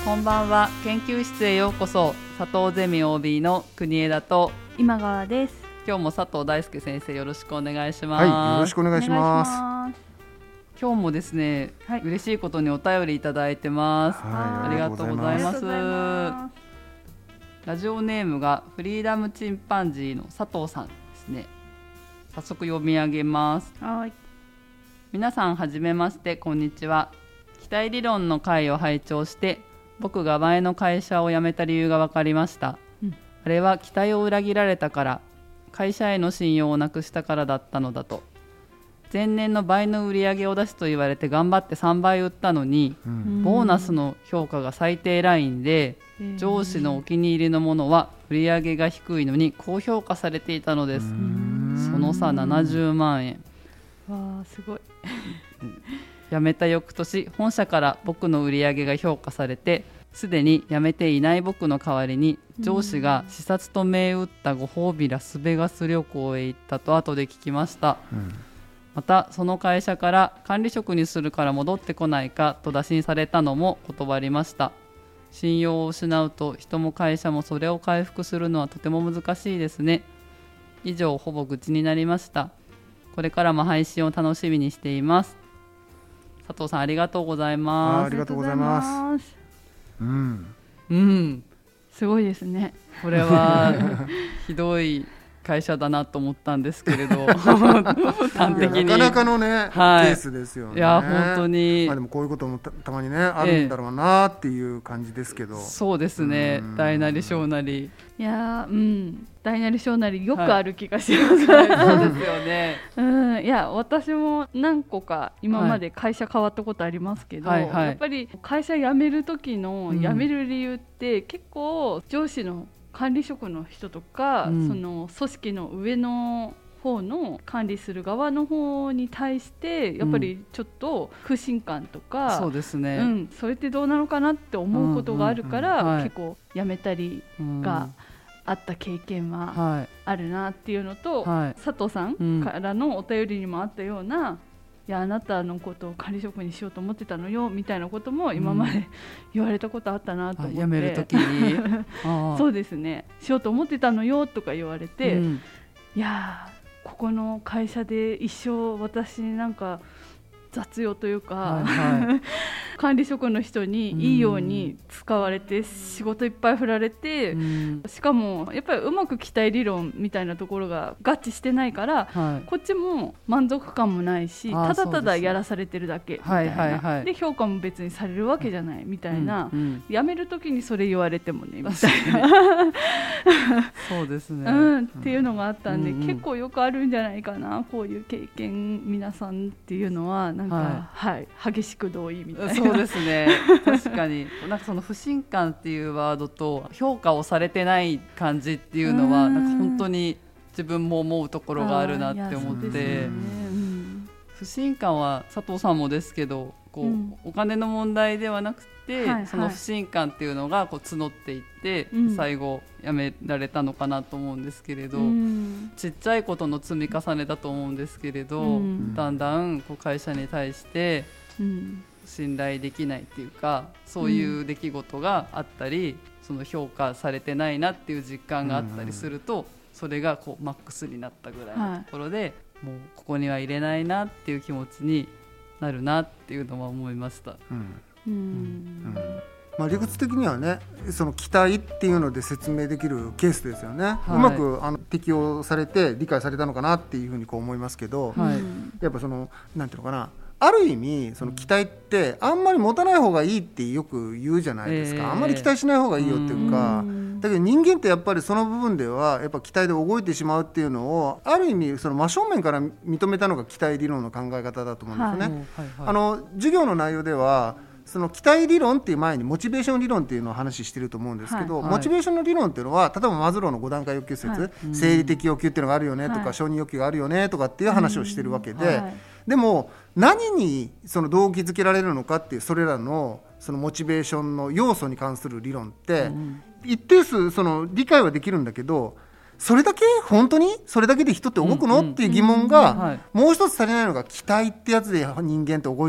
こんばんは。研究室へようこそ。佐藤ゼミ OB の国枝と今川です。 今日も佐藤大輔先生よろしくお願いします。 はい、よろしくお願いします。 今日もですね、嬉しいことにお便りいただいてます。ありがとうございます。ラジオネームがフリーダムチンパンジーの佐藤さんですね。早速読み上げます。 はい。 皆さんはじめまして、こんにちは。期待理論の回を拝聴して僕が前の会社を辞めた理由が分かりました、あれは期待を裏切られたから、会社への信用をなくしたからだったのだと。前年の倍の売り上げを出すと言われて頑張って3倍売ったのに、ボーナスの評価が最低ラインで、上司のお気に入りのものは売り上げが低いのに高評価されていたのです。その差70万円。 わあ、すごい。 辞めた翌年、本社から僕の売り上げが評価されて、すでに辞めていない僕の代わりに上司が視察と銘打ったご褒美ラスベガス旅行へ行ったと後で聞きました、またその会社から管理職にするから戻ってこないかと打診されたのも断りました。信用を失うと人も会社もそれを回復するのはとても難しいですね。以上、ほぼ愚痴になりました。これからも配信を楽しみにしています。佐藤さん、ありがとうございます。 ありがとうございます。 すごいですね。 これはひどい会社だなと思ったんですけれど端的になかなかのね、ケースですよね。 いや本当に、 でもこういうことも たまにねあるんだろうなっていう感じですけど、 そうですね、大なり小なり、 いや大なり小なりよくある気がします、 そうですよね。 いや私も何個か今まで会社変わったことありますけど、やっぱり会社辞める時の辞める理由って結構上司の管理職の人とか、その組織の上の方の管理する側の方に対してやっぱりちょっと不信感とか、 そうですね、 それってどうなのかなって思うことがあるから、結構辞めたりがあった経験はあるなっていうのと、佐藤さんからのお便りにもあったような、いやあなたのことを管理職にしようと思ってたのよみたいなことも今まで言われたことあったなと思って、 辞める時にそうですね、しようと思ってたのよとか言われて、いやここの会社で一生私なんか雑用というか、管理職の人にいいように使われて仕事いっぱい振られて、しかもやっぱりうまく期待理論みたいなところが合致してないから、こっちも満足感もないし、ただただやらされてるだけみたいな、で評価も別にされるわけじゃないみたいな、辞める時にそれ言われてもねみたいなそうですね、 っていうのがあったんで、結構よくあるんじゃないかな、こういう経験皆さんっていうのはなんか、激しく同意みたいな。 そうですね、確かになんかその不信感っていうワードと評価をされてない感じっていうのはなんか本当に自分も思うところがあるなって思って、不信感は佐藤さんもですけどこう、お金の問題ではなくて、その不信感っていうのがこう募っていって、最後やめられたのかなと思うんですけれど、ちっちゃいことの積み重ねだと思うんですけれど、だんだんこう会社に対して信頼できないっていうか、そういう出来事があったり、その評価されてないなっていう実感があったりすると、それがこうマックスになったぐらいのところで、もうここには入れないなっていう気持ちになるなっていうのは思いました。 理屈的にはね、その期待っていうので説明できるケースですよね、うまく適用されて理解されたのかなっていうふうにこう思いますけど、やっぱそのなんていうのかな、ある意味その期待ってあんまり持たない方がいいってよく言うじゃないですか、あんまり期待しない方がいいよっていうか、だけど人間ってやっぱりその部分ではやっぱ期待で動いてしまうっていうのをある意味その真正面から認めたのが期待理論の考え方だと思うんですよね。授業の内容ではその期待理論っていう前にモチベーション理論っていうのを話してると思うんですけど、モチベーションの理論っていうのは例えばマズローの5段階欲求説、生理的欲求っていうのがあるよねとか、承認欲求があるよねとかっていう話をしてるわけで、でも何にその動機づけられるのかっていうそれらのそのモチベーションの要素に関する理論って一定数その理解はできるんだけど、それだけ本当にそれだけで人って動くのっていう疑問がもう一つ足りないのが期待ってやつで人間って動いちゃって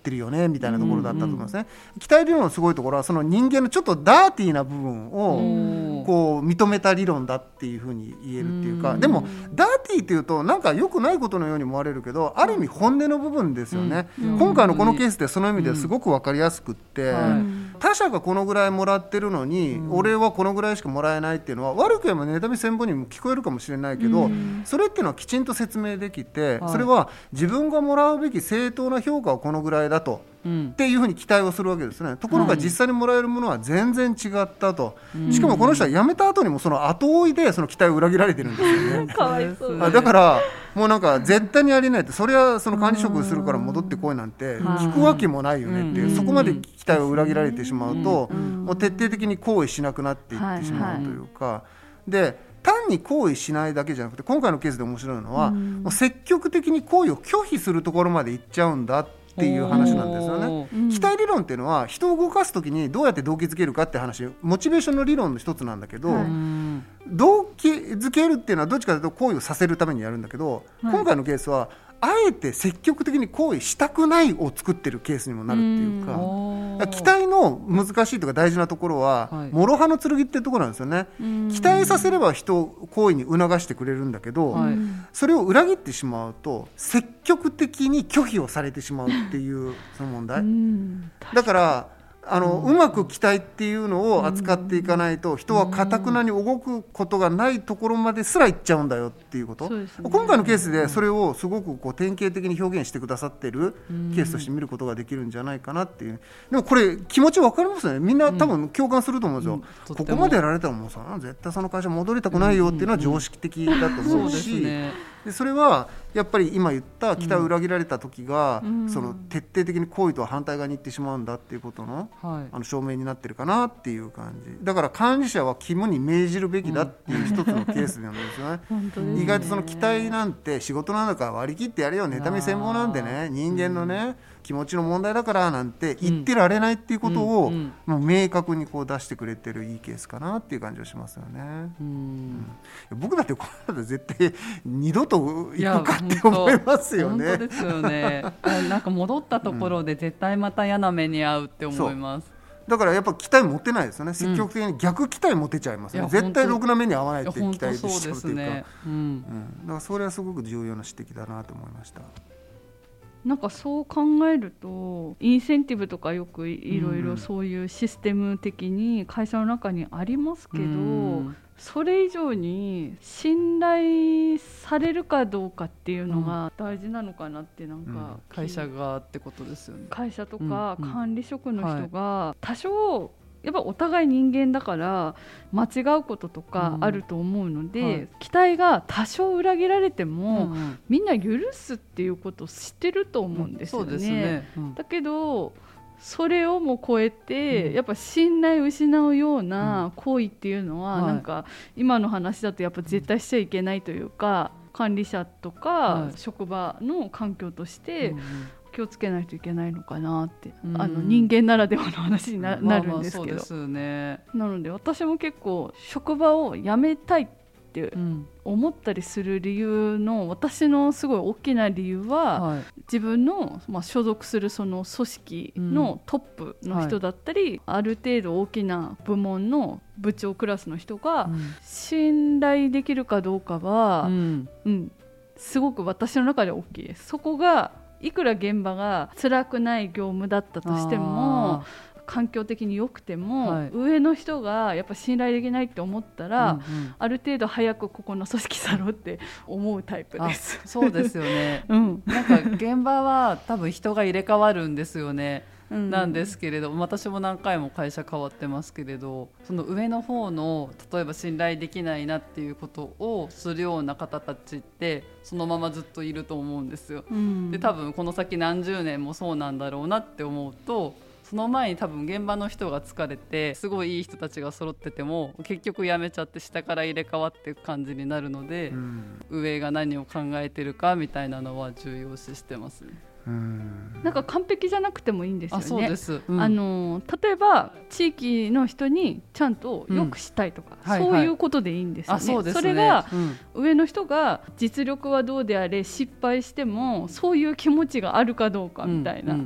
ってるよねみたいなところだったと思いますね。期待理論のすごいところはその人間のちょっとダーティーな部分をこう認めた理論だっていうふうに言えるっていうか、でもダーティーっていうとなんか良くないことのように思われるけど、ある意味本音の部分ですよね。今回のこのケースでその意味ですごく分かりやすくって、他者がこのぐらいもらってるのに、俺はこのぐらいしかもらえないっていうのは悪く言えば妬み千本にも聞こえるかもしれないけど、それっていうのはきちんと説明できて、それは自分がもらうべき正当な評価はこのぐらいだと、っていうふうに期待をするわけですね。ところが実際にもらえるものは全然違ったと、しかもこの人は辞めた後にもその後追いでその期待を裏切られてるんですよね。 かわいそう。 だからもうなんか絶対にありえないって、それはその管理職するから戻ってこいなんて聞くわけもないよねっていう、そこまで期待を裏切られてしまうと、もう徹底的に行為しなくなっていってしまうというか、で単に行為しないだけじゃなくて、今回のケースで面白いのは、もう積極的に行為を拒否するところまで行っちゃうんだっていう話なんですよね。期待理論っていうのは人を動かすときにどうやって動機づけるかって話、モチベーションの理論の一つなんだけど、動機づけるっていうのはどっちかというと行為をさせるためにやるんだけど、今回のケースはあえて積極的に行為したくないを作ってるケースにもなるっていうか、期待の難しいとか大事なところは、諸刃の剣っていうところなんですよね。期待させれば人を行為に促してくれるんだけど、それを裏切ってしまうと積極的に拒否をされてしまうっていうその問題、だからうまく期待っていうのを扱っていかないと、人は堅くなに動くことがないところまですら行っちゃうんだよっていうこと、今回のケースでそれをすごくこう典型的に表現してくださってるケースとして見ることができるんじゃないかなっていう。でもこれ気持ち分かりますよね。みんな多分共感すると思うんですよ、ここまでやられたらもうさ絶対その会社戻りたくないよっていうのは常識的だと思うし、でそれはやっぱり今言った期待を裏切られた時が、その徹底的に行為とは反対側に行ってしまうんだっていうことの、証明になってるかなっていう感じだから、管理者は肝に銘じるべきだっていう一つのケースなんですよね。意外とその期待なんて仕事なんだから割り切ってやれよ、妬み専門なんでね、人間のね気持ちの問題だからなんて言ってられないっていうことを、もう明確にこう出してくれてるいいケースかなっていう感じがしますよね。僕だってこれだと絶対二度と行くかって思いますよね。 本当ですよね。なんか戻ったところで絶対また嫌な目に遭うって思います。 だからやっぱ期待持てないですよね。積極的に逆期待持てちゃいますね。絶対ろくな目に遭わないって期待しちゃうというか、だからそれはすごく重要な指摘だなと思いました。 なんかそう考えるとインセンティブとかよくいろいろそういうシステム的に会社の中にありますけど、それ以上に信頼されるかどうかっていうのが大事なのかなって、なんか会社がってことですよね。 会社とか管理職の人が多少やっぱお互い人間だから間違うこととかあると思うので、期待が多少裏切られても、みんな許すっていうことを知ってると思うんですよね。だけどそれをも超えて、やっぱ信頼を失うような行為っていうのは、なんか今の話だとやっぱ絶対しちゃいけないというか、管理者とか職場の環境として気をつけないといけないのかなって、人間ならではの話に なるんですけど、なので私も結構職場を辞めたいって思ったりする理由の、私のすごい大きな理由は、自分の、所属するその組織のトップの人だったり、ある程度大きな部門の部長クラスの人が信頼できるかどうかは、すごく私の中で大きいです。そこがいくら現場が辛くない業務だったとしても、環境的に良くても、上の人がやっぱ信頼できないって思ったら、ある程度早くここの組織去ろうって思うタイプです。 そうですよね、なんか現場は多分人が入れ替わるんですよね。なんですけれど、私も何回も会社変わってますけれど、その上の方の例えば信頼できないなっていうことをするような方たちってそのままずっといると思うんですよ。で多分この先何十年もそうなんだろうなって思うと、その前に多分現場の人が疲れてすごいいい人たちが揃ってても結局辞めちゃって下から入れ替わっていく感じになるので、上が何を考えてるかみたいなのは重要視してますね。 なんか完璧じゃなくてもいいんですよね。 そうです、 例えば地域の人にちゃんと良くしたいとか、そういうことでいいんですよね。そうですね。それが、上の人が実力はどうであれ失敗してもそういう気持ちがあるかどうかみたいな、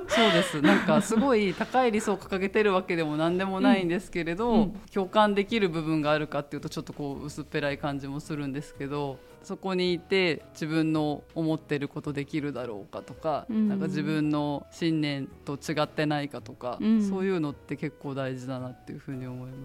そうです。なんかすごい高い理想を掲げてるわけでも何でもないんですけれど、共感できる部分があるかっていうとちょっとこう薄っぺらい感じもするんですけど、そこにいて自分の思ってることできるだろうかとか、なんか自分の信念と違ってないかとか、そういうのって結構大事だなっていうふうに思います。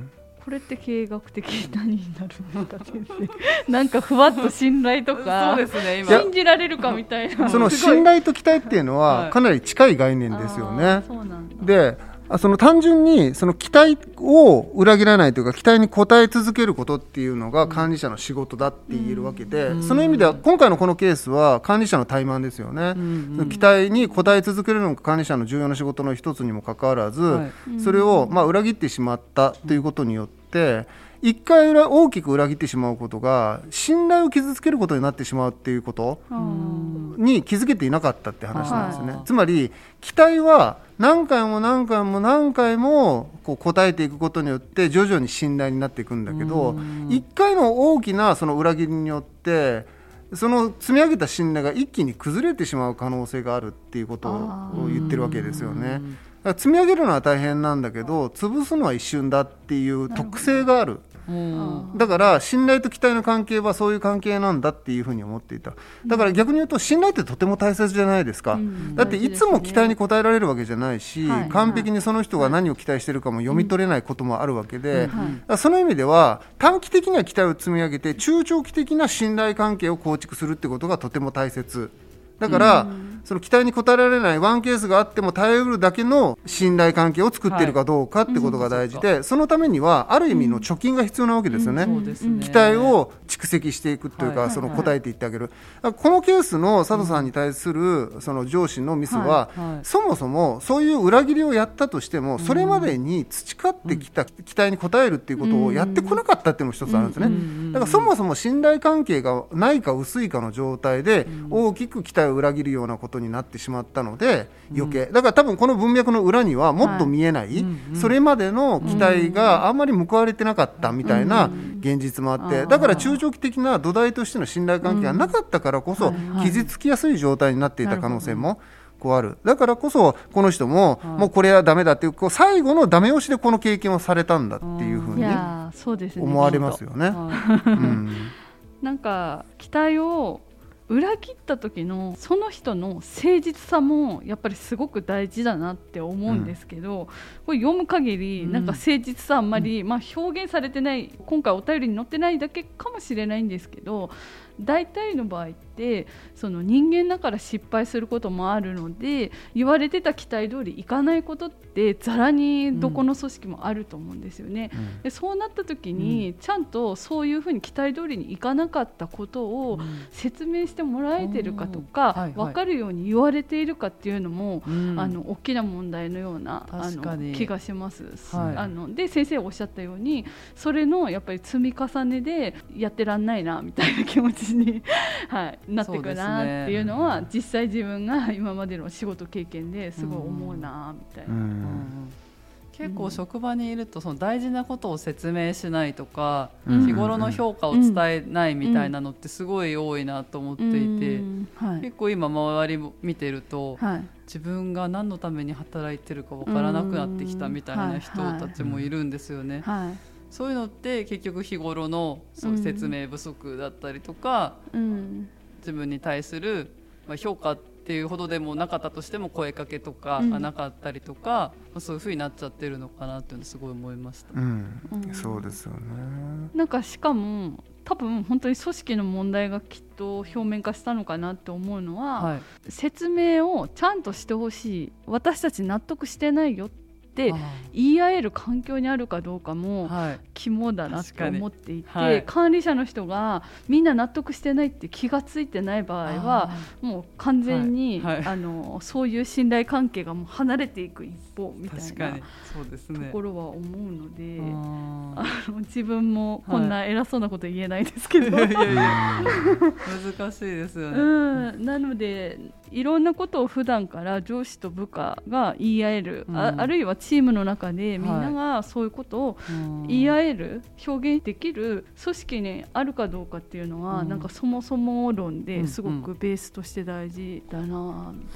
これって経営学的に何になるんですか先生。なんかふわっと信頼とかそうですね、今信じられるかみたいな。 その信頼と期待っていうのはかなり近い概念ですよね。 そうなんだ。 でその単純にその期待を裏切らないというか期待に応え続けることっていうのが管理者の仕事だって言えるわけで、その意味では今回のこのケースは管理者の怠慢ですよね。期待に応え続けるのが管理者の重要な仕事の一つにもかかわらず、それを裏切ってしまったということによって一回大きく裏切ってしまうことが信頼を傷つけることになってしまうっていうことに気づけていなかったって話なんですね。つまり期待は何回も何回も何回もこう答えていくことによって徐々に信頼になっていくんだけど、一回の大きなその裏切りによってその積み上げた信頼が一気に崩れてしまう可能性があるっていうことを言ってるわけですよね。だから積み上げるのは大変なんだけど潰すのは一瞬だっていう特性がある。だから信頼と期待の関係はそういう関係なんだっていうふうに思っていた。だから逆に言うと信頼ってとても大切じゃないですか。だっていつも期待に応えられるわけじゃないし、完璧にその人が何を期待しているかも読み取れないこともあるわけで、その意味では短期的には期待を積み上げて中長期的な信頼関係を構築するってことがとても大切だから、その期待に応えられないワンケースがあっても耐えうるだけの信頼関係を作っているかどうかってことが大事で、そのためにはある意味の貯金が必要なわけですよね。期待を蓄積していくというか、その応えていってあげる。このケースの佐藤さんに対するその上司のミスは、そもそもそういう裏切りをやったとしてもそれまでに培ってきた期待に応えるっていうことをやってこなかったっていうのも一つあるんですね。だからそもそも信頼関係がないか薄いかの状態で大きく期待を裏切るようなことになってしまったので余計だから多分この文脈の裏にはもっと見えない、それまでの期待があんまり報われてなかったみたいな現実もあって、だから中長期的な土台としての信頼関係がなかったからこそ傷つきやすい状態になっていた可能性もこうある。だからこそこの人ももうこれはダメだっていうこう最後のダメ押しでこの経験をされたんだっていうふうに思われますよね。 なんか期待を裏切った時のその人の誠実さもやっぱりすごく大事だなって思うんですけど、これ読む限りなんか誠実さあんまり、表現されてない、今回お便りに載ってないだけかもしれないんですけど、大体の場合ってその人間だから失敗することもあるので言われてた期待通りいかないことってざらにどこの組織もあると思うんですよね。でそうなった時にちゃんとそういうふうに期待通りにいかなかったことを説明してもらえてるかとか、分かるように言われているかっていうのも、大きな問題のような気がします。で先生おっしゃったようにそれのやっぱり積み重ねでやってらんないなみたいな気持ちになってくるなっていうのは実際自分が今までの仕事経験ですごい思うなみたいな。 結構職場にいるとその大事なことを説明しないとか、日頃の評価を伝えないみたいなのってすごい多いなと思っていて、結構今周り見てると、自分が何のために働いてるか分からなくなってきたみたいな人たちもいるんですよね。そういうのって結局日頃のそう説明不足だったりとか、自分に対する評価っていうほどでもなかったとしても声かけとかがなかったりとか、そういう風になっちゃってるのかなっていうのすごい思いました。 そうですよね。 なんかしかも多分本当に組織の問題がきっと表面化したのかなって思うのは、説明をちゃんとしてほしい、私たち納得してないよって言い合える環境にあるかどうかも肝だなと思っていて、管理者の人がみんな納得してないって気がついてない場合はもう完全にそういう信頼関係がもう離れていく一方みたいなところは思うので、自分もこんな偉そうなこと言えないですけど、 難しいですよね。 なのでいろんなことを普段から上司と部下が言い合える、あるいはチームの中でみんながそういうことを言い合える、表現できる組織にあるかどうかっていうのは、なんかそもそも論ですごくベースとして大事だなみたいな。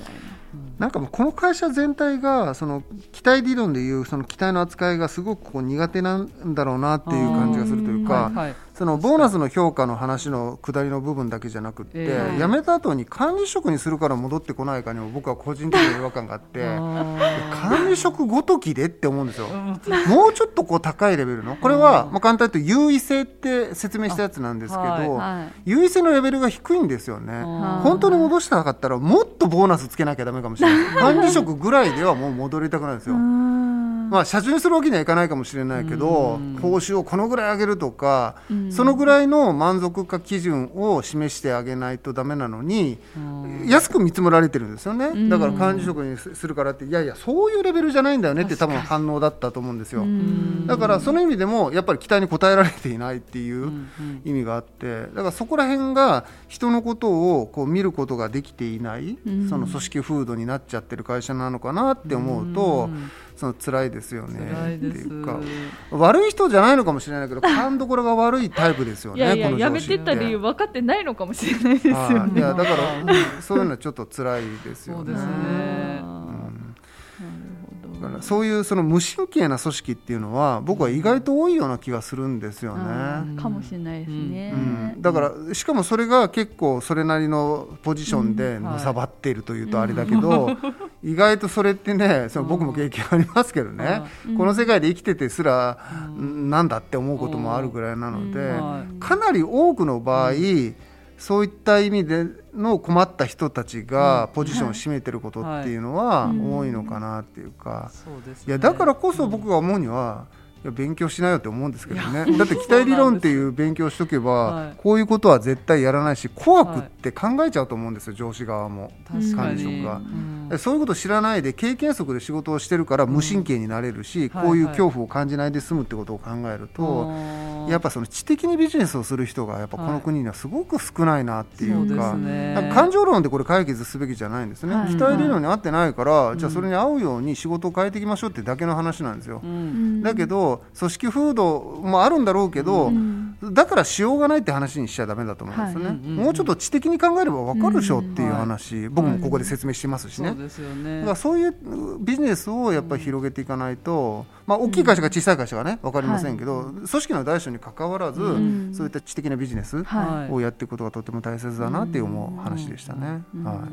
なんかもうこの会社全体がその期待理論でいうその期待の扱いがすごくこう苦手なんだろうなっていう感じがするというか、そのボーナスの評価の話の下りの部分だけじゃなくって、辞めた後に管理職にするから戻ってこないかにも僕は個人的に違和感があって管理職ごときでって思うんですよ。もうちょっとこう高いレベルの、これはまあ簡単に言うと優位性って説明したやつなんですけど、優位性のレベルが低いんですよね。本当に戻したかったらもっとボーナスつけなきゃダメかもしれない管理職ぐらいではもう戻りたくないんですよ。まあ社長にするわけにはいかないかもしれないけど、報酬をこのぐらい上げるとか、そのぐらいの満足化基準を示してあげないとダメなのに、安く見積もられてるんですよね。だから管理職にするからって、いやいやそういうレベルじゃないんだよねって多分反応だったと思うんですよ。だからその意味でもやっぱり期待に応えられていないっていう意味があって、だからそこら辺が人のことをこう見ることができていない、その組織風土になっちゃってる会社なのかなって思うと、その辛いですよねっていうか、悪い人じゃないのかもしれないけど勘どころが悪いタイプですよね。 いやいや、この上司ってやめてった理由分かってないのかもしれないですよね。 いやだからそういうのはちょっと辛いですよね。 そうですね。 だからそういうその無神経な組織っていうのは僕は意外と多いような気がするんですよね。 かもしれないですね。 だからしかもそれが結構それなりのポジションでのさばっているというとあれだけど、意外とそれってね、その僕も経験ありますけどね、この世界で生きててすらなんだって思うこともあるぐらいなので、かなり多くの場合そういった意味での困った人たちがポジションを占めてることっていうのは多いのかなっていうか、いやだからこそ僕が思うには、いや勉強しないよって思うんですけどね。だって期待理論っていう勉強しとけばこういうことは絶対やらないし、怖くって考えちゃうと思うんですよ、上司側も管理職が。そういうことを知らないで経験則で仕事をしてるから無神経になれるし、こういう恐怖を感じないで済むってことを考えると、やっぱその知的にビジネスをする人がやっぱこの国にはすごく少ないなっていうか、感情論でこれ解決すべきじゃないんですね。期待理論に合ってないから、じゃあそれに合うように仕事を変えていきましょうってだけの話なんですよ。だけど組織風土もあるんだろうけど、だからしようがないって話にしちゃダメだと思うんですよね。もうちょっと知的に考えれば分かるでしょっていう話、僕もここで説明してますしね。だからそういうビジネスをやっぱり広げていかないと、まあ、大きい会社が小さい会社がね分かりませんけど、組織の大小に関わらず、そういった知的なビジネスをやっていくことがとても大切だなっていう思う話でしたね。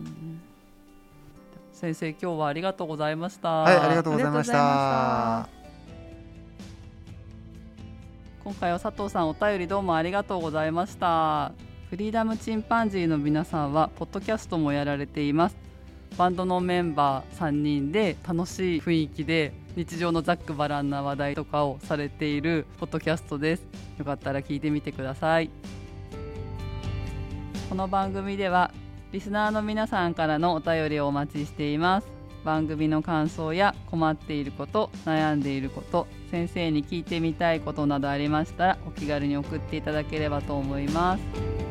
先生、今日はありがとうございました。 はい、ありがとうございました。 今回は佐藤さん、お便りどうもありがとうございました。フリーダムチンパンジーの皆さんはポッドキャストもやられています。バンドのメンバー3人で楽しい雰囲気で日常のざっくばらんな話題とかをされているポッドキャストです。よかったら聞いてみてください。この番組ではリスナーの皆さんからのお便りをお待ちしています。番組の感想や困っていること、悩んでいること、先生に聞いてみたいことなどありましたらお気軽に送っていただければと思います。